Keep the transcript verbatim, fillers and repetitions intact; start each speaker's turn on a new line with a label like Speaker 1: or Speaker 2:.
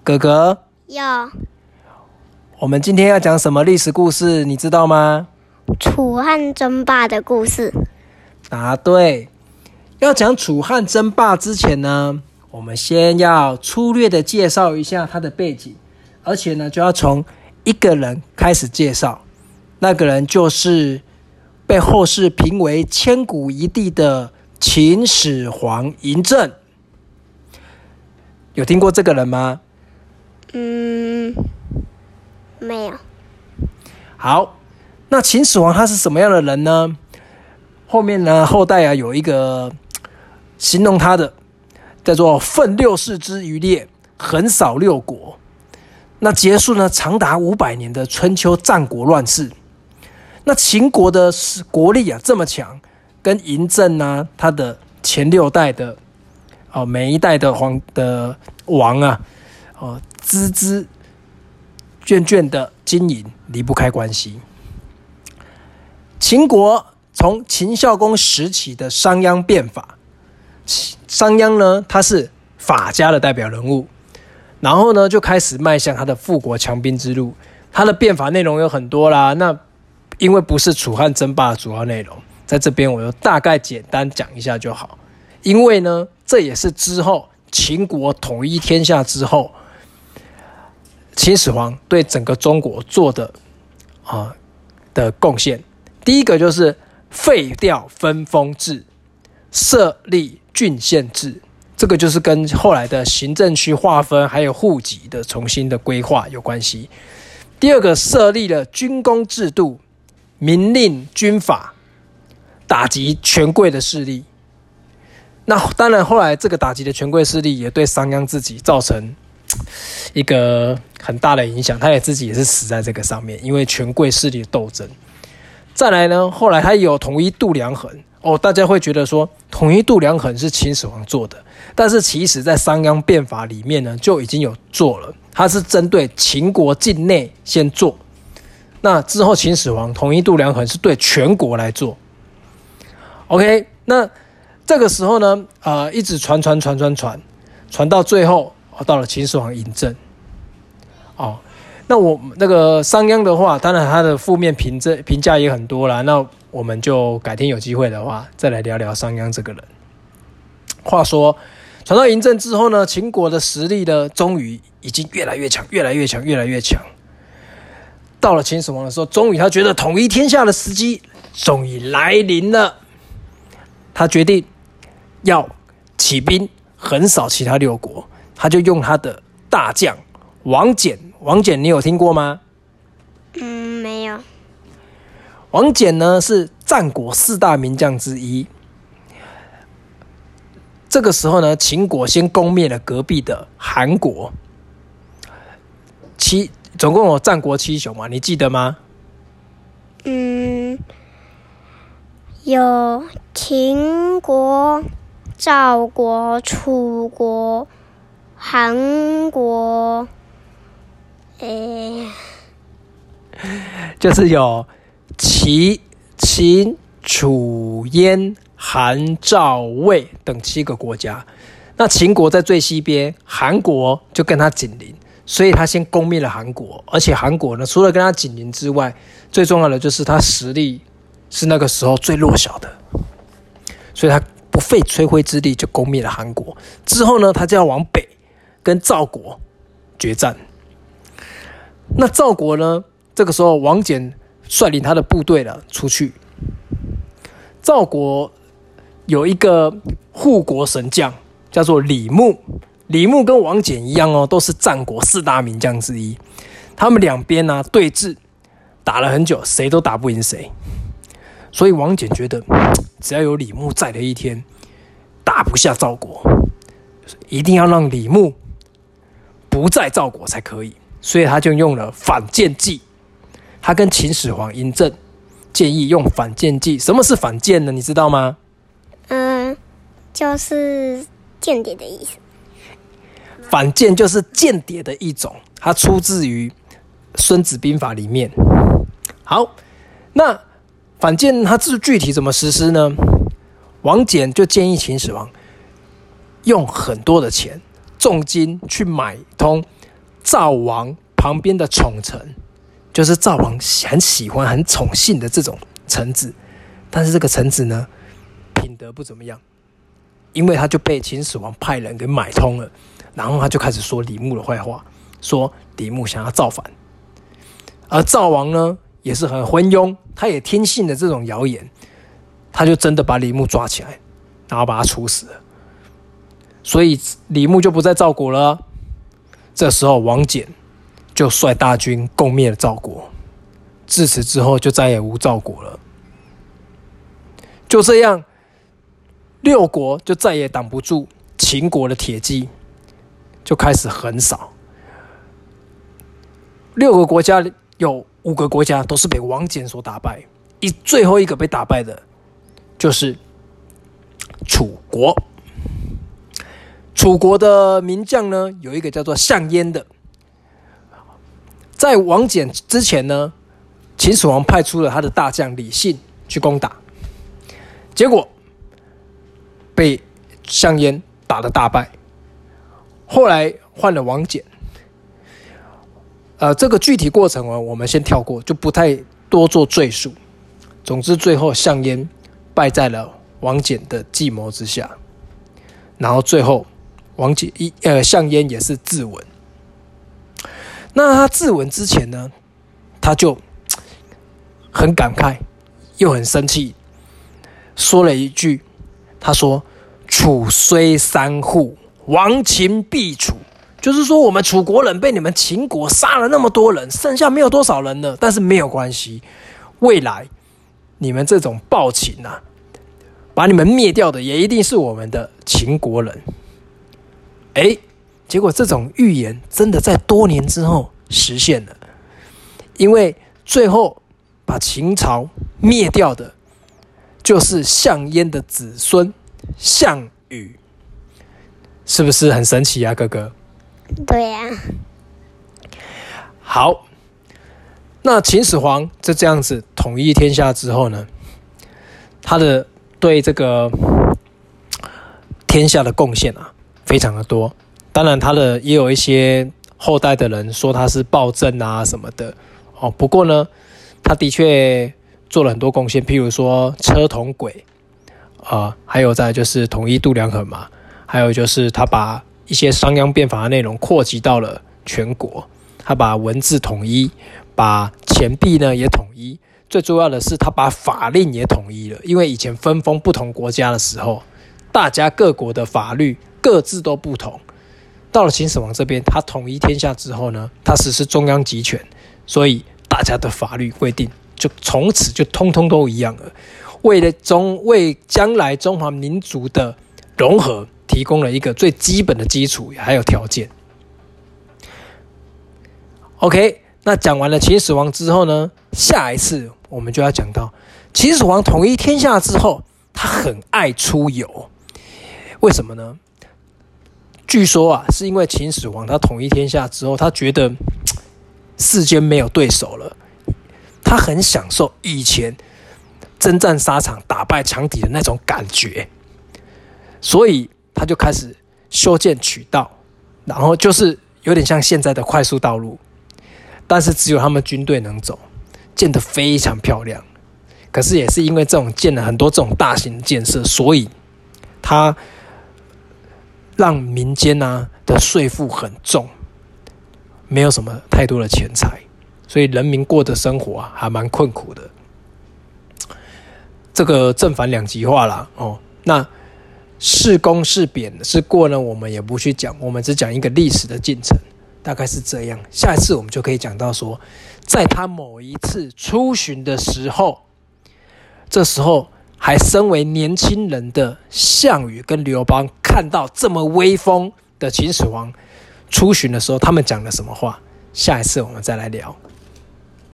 Speaker 1: 哥哥，
Speaker 2: 有。
Speaker 1: 我们今天要讲什么历史故事，你知道吗？
Speaker 2: 楚汉争霸的故事。
Speaker 1: 答对。要讲楚汉争霸之前呢，我们先要粗略的介绍一下他的背景，而且呢，就要从一个人开始介绍。那个人就是被后世评为千古一帝的秦始皇嬴政。有听过这个人吗？
Speaker 2: 嗯，没有。
Speaker 1: 好，那秦始皇他是什么样的人呢？后面呢，后代啊有一个形容他的，叫做奋六世之余烈，横扫六国。那结束呢长达五百年的春秋战国乱世。那秦国的国力啊这么强，跟嬴政啊他的前六代的哦每一代的皇的王啊哦孜孜眷眷的经营离不开关系。秦国从秦孝公时期的商鞅变法，商鞅呢他是法家的代表人物，然后呢就开始迈向他的富国强兵之路。他的变法内容有很多啦，那因为不是楚汉争霸的主要内容，在这边我就大概简单讲一下就好。因为呢这也是之后秦国统一天下之后，秦始皇对整个中国做的啊的贡献。第一个就是废掉分封制，设立郡县制，这个就是跟后来的行政区划分还有户籍的重新的规划有关系。第二个，设立了军功制度，明令军法，打击权贵的势力。那当然后来这个打击的权贵势力也对商鞅自己造成一个很大的影响，他也自己也是死在这个上面，因为权贵势力的斗争。再来呢，后来他也有统一度量衡哦，大家会觉得说统一度量衡是秦始皇做的，但是其实在商鞅变法里面呢就已经有做了，他是针对秦国境内先做，那之后秦始皇统一度量衡是对全国来做。 OK， 那这个时候呢呃，一直传传传传传传到最后、哦、到了秦始皇嬴政。哦，那我那个商鞅的话，当然他的负面评评价也很多啦，那我们就改天有机会的话再来聊聊商鞅这个人。话说传到嬴政之后呢，秦国的实力呢终于已经越来越强越来越强越来越强。到了秦始皇的时候，终于他觉得统一天下的时机终于来临了，他决定要起兵横扫其他六国。他就用他的大将王翦，王翦你有听过吗？
Speaker 2: 嗯，没有。
Speaker 1: 王翦呢是战国四大名将之一。这个时候呢，秦国先攻灭了隔壁的韩国，七总共有战国七雄嘛，你记得吗？
Speaker 2: 嗯，有秦国、赵国、楚国、韩国，诶，
Speaker 1: 就是有齐、秦、楚、燕、韩、赵、魏等七个国家。那秦国在最西边，韩国就跟他紧邻，所以他先攻灭了韩国。而且韩国呢，除了跟他紧邻之外，最重要的就是他实力是那个时候最弱小的，所以他不费吹灰之力就攻灭了韩国。之后呢，他就要往北跟赵国决战。那赵国呢，这个时候王翦率领他的部队了出去。赵国有一个护国神将叫做李牧，李牧跟王翦一样哦，都是战国四大名将之一。他们两边呢、啊、对峙打了很久，谁都打不赢谁。所以王翦觉得只要有李牧在的一天，打不下赵国，一定要让李牧不在赵国才可以。所以他就用了反间计，他跟秦始皇嬴政建议用反间计。什么是反间呢？你知道吗？
Speaker 2: 嗯，就是间谍的意思。
Speaker 1: 反间就是间谍的一种，它出自于《孙子兵法》里面。好，那反间它具体怎么实施呢？王翦就建议秦始皇用很多的钱重金去买通赵王旁边的宠臣，就是赵王很喜欢、很宠幸的这种臣子，但是这个臣子呢，品德不怎么样，因为他就被秦始皇派人给买通了，然后他就开始说李牧的坏话，说李牧想要造反，而赵王呢也是很昏庸，他也听信了这种谣言，他就真的把李牧抓起来，然后把他处死了。所以李牧就不在赵国了啊。这时候王翦就率大军攻灭了赵国，自此之后就再也无赵国了。就这样，六国就再也挡不住秦国的铁骑，就开始横扫。六个国家有五个国家都是被王翦所打败，一最后一个被打败的就是楚国。楚国的名将呢，有一个叫做项燕的。在王翦之前呢，秦始皇派出了他的大将李信去攻打，结果被项燕打得大败。后来换了王翦，呃，这个具体过程我们先跳过，就不太多做赘述。总之，最后项燕败在了王翦的计谋之下，然后最后王翦呃项燕也是自刎。那他自刎之前呢，他就很感慨，又很生气，说了一句，他说：“楚虽三户，亡秦必楚。”就是说，我们楚国人被你们秦国杀了那么多人，剩下没有多少人了，但是没有关系，未来你们这种暴秦啊，把你们灭掉的也一定是我们的秦国人。哎，结果这种预言真的在多年之后实现了，因为最后把秦朝灭掉的就是项燕的子孙项羽，是不是很神奇啊，哥哥？
Speaker 2: 对呀、啊。
Speaker 1: 好，那秦始皇就这样子统一天下之后呢，他的对这个天下的贡献啊，非常的多。当然，他的也有一些后代的人说他是暴政啊什么的哦。不过呢，他的确做了很多贡献，譬如说车同轨，呃，还有再就是统一度量衡嘛，还有就是他把一些商鞅变法的内容扩及到了全国，他把文字统一，把钱币呢也统一。最重要的是，他把法令也统一了，因为以前分封不同国家的时候，大家各国的法律各自都不同。到了秦始皇这边，他统一天下之后呢，他实施中央集权，所以大家的法律规定就从此就通通都一样了，为了中为将来中华民族的融合提供了一个最基本的基础还有条件。OK， 那讲完了秦始皇之后呢，下一次我们就要讲到秦始皇统一天下之后，他很爱出游。为什么呢？据说啊，是因为秦始皇他统一天下之后，他觉得世间没有对手了，他很享受以前征战沙场打败强敌的那种感觉，所以他就开始修建渠道，然后就是有点像现在的快速道路，但是只有他们军队能走，建得非常漂亮。可是也是因为这种建了很多这种大型建设，所以他让民间啊的税负很重，没有什么太多的钱财，所以人民过的生活啊还蛮困苦的。这个正反两极化啦哦。那是功是贬是过呢，我们也不去讲，我们只讲一个历史的进程，大概是这样。下一次我们就可以讲到说，在他某一次出巡的时候，这时候还身为年轻人的项羽跟刘邦看到这么威风的秦始皇出巡的时候，他们讲了什么话？下一次我们再来聊。